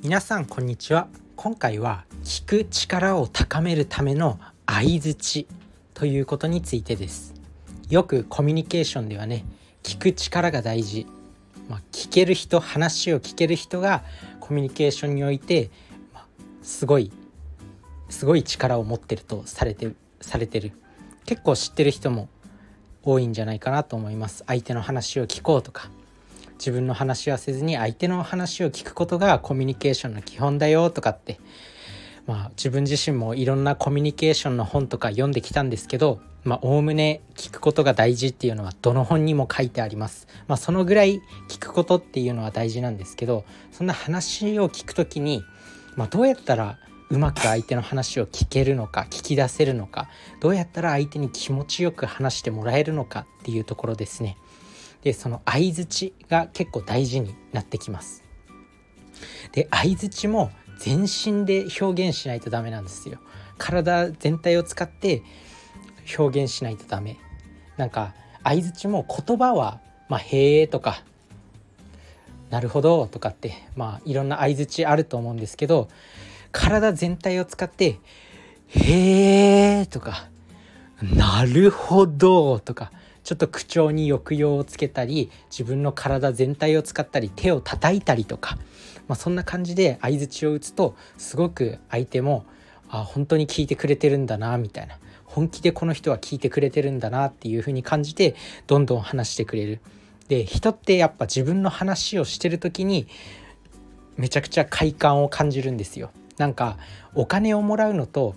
皆さんこんにちは。今回は聞く力を高めるための相槌ということについてです。よくコミュニケーションではね、聞く力が大事、聞ける人、話を聞ける人がコミュニケーションにおいて、すごい力を持ってるとされてる。結構知ってる人も多いんじゃないかなと思います。相手の話を聞こうとか、自分の話はせずに相手の話を聞くことがコミュニケーションの基本だよとかって、自分自身もいろんなコミュニケーションの本とか読んできたんですけど、おおむね聞くことが大事っていうのはどの本にも書いてあります。そのぐらい聞くことっていうのは大事なんですけど、そんな話を聞くときに、どうやったらうまく相手の話を聞けるのか、聞き出せるのか、どうやったら相手に気持ちよく話してもらえるのかっていうところですね。で、その相槌が結構大事になってきます。で、相槌も全身で表現しないとダメなんですよ。体全体を使って表現しないとダメ。相槌も言葉は、へーとかなるほどとかって、いろんな相槌あると思うんですけど、体全体を使ってへーとかなるほどとか、ちょっと口調に抑揚をつけたり、自分の体全体を使ったり、手を叩いたりとか、そんな感じで相槌を打つと、すごく相手も本当に聞いてくれてるんだなみたいな、本気でこの人は聞いてくれてるんだなっていう風に感じて、どんどん話してくれる。で、人ってやっぱ自分の話をしてる時にめちゃくちゃ快感を感じるんですよ。お金をもらうのと、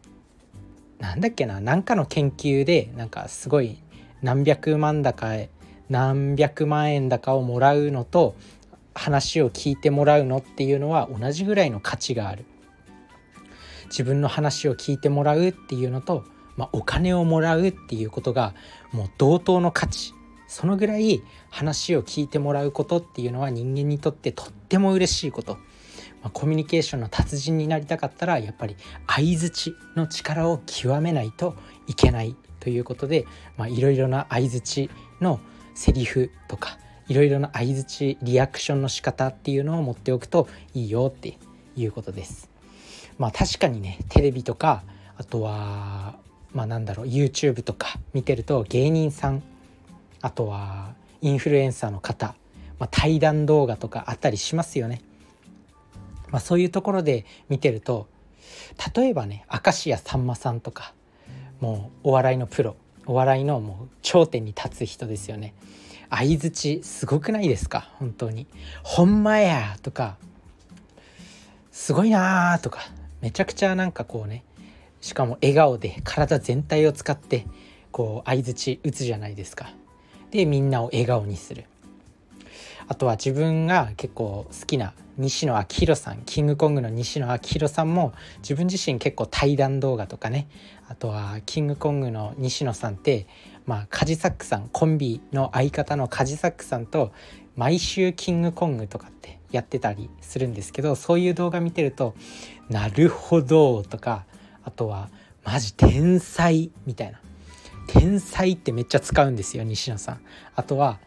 なんかの研究ですごい何百万だか何百万円だかをもらうのと、話を聞いてもらうのっていうのは同じぐらいの価値がある。自分の話を聞いてもらうっていうのと、お金をもらうっていうことがもう同等の価値。そのぐらい話を聞いてもらうことっていうのは人間にとってとっても嬉しいこと。コミュニケーションの達人になりたかったら、やっぱり相槌の力を極めないといけないということで、いろいろな相槌のセリフとか、いろいろな相槌リアクションの仕方っていうのを持っておくといいよっていうことです。確かにね、テレビとか、あとはYouTube とか見てると、芸人さん、あとはインフルエンサーの方、対談動画とかあったりしますよね。そういうところで見てると、例えばね、明石家さんまさんとか、もうお笑いのプロ、お笑いのもう頂点に立つ人ですよね。相槌すごくないですか？本当にほんまやとか、すごいなとか、めちゃくちゃしかも笑顔で体全体を使って相槌打つじゃないですか。で、みんなを笑顔にする。あとは自分が結構好きな西野昭弘さん、キングコングの西野昭弘さんも、自分自身結構対談動画とかね、あとはキングコングの西野さんって、カジサックさん、コンビの相方のカジサックさんと毎週キングコングとかってやってたりするんですけど、そういう動画見てると、なるほどとか、あとはマジ天才みたいな、天才ってめっちゃ使うんですよ、西野さん。あとは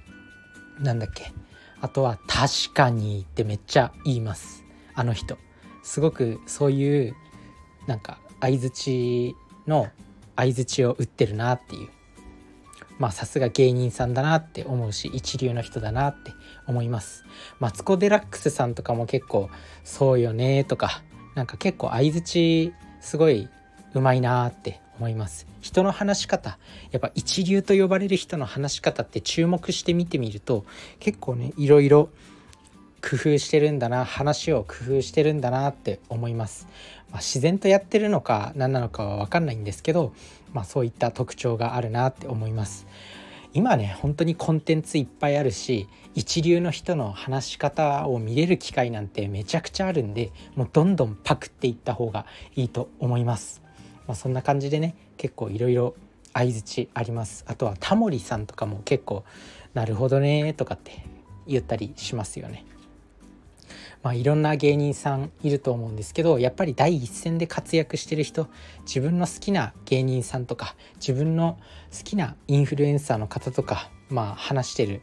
確かにってめっちゃ言います。あの人すごくそういう相槌を打ってるなっていう、さすが芸人さんだなって思うし、一流の人だなって思います。マツコ・デラックスさんとかも結構そうよねとか、結構相槌すごいうまいなって思います。人の話し方、やっぱ一流と呼ばれる人の話し方って注目して見てみると、結構ね、いろいろ工夫してるんだな、話を工夫してるんだなって思います。自然とやってるのか何なのかは分かんないんですけど、そういった特徴があるなって思います。今ね、本当にコンテンツいっぱいあるし、一流の人の話し方を見れる機会なんてめちゃくちゃあるんで、もうどんどんパクっていった方がいいと思います。そんな感じでね、結構いろいろ相槌あります。あとはタモリさんとかも結構なるほどねとかって言ったりしますよね。いろんな芸人さんいると思うんですけど、やっぱり第一線で活躍してる人、自分の好きな芸人さんとか、自分の好きなインフルエンサーの方とか、話してる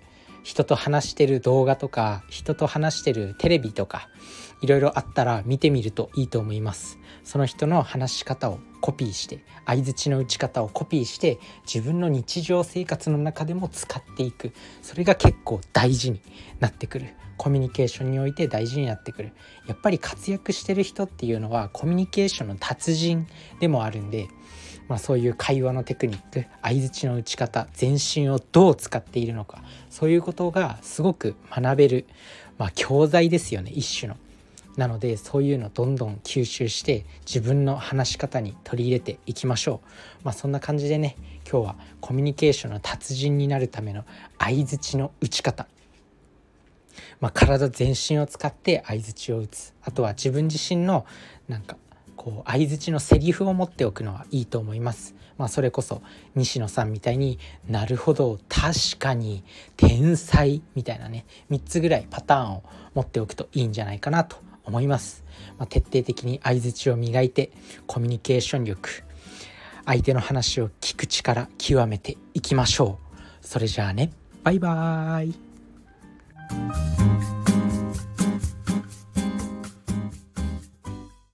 人と話してる動画とか人と話してるテレビとかいろいろあったら見てみるといいと思います。その人の話し方をコピーして、相槌の打ち方をコピーして自分の日常生活の中でも使っていく。それが結構大事になってくる。コミュニケーションにおいて大事になってくる。やっぱり活躍してる人っていうのはコミュニケーションの達人でもあるんで、そういう会話のテクニック、相槌の打ち方、全身をどう使っているのか、そういうことがすごく学べる、教材ですよね、一種の。なのでそういうのどんどん吸収して自分の話し方に取り入れていきましょう。そんな感じでね、今日はコミュニケーションの達人になるための相槌の打ち方、体全身を使って相槌を打つ、あとは自分自身の相槌のセリフを持っておくのはいいと思います。それこそ西野さんみたいになるほど、確かに、天才みたいなね、3つぐらいパターンを持っておくといいんじゃないかなと思います。徹底的に相槌を磨いてコミュニケーション力、相手の話を聞く力極めていきましょう。それじゃあね、バイバーイ。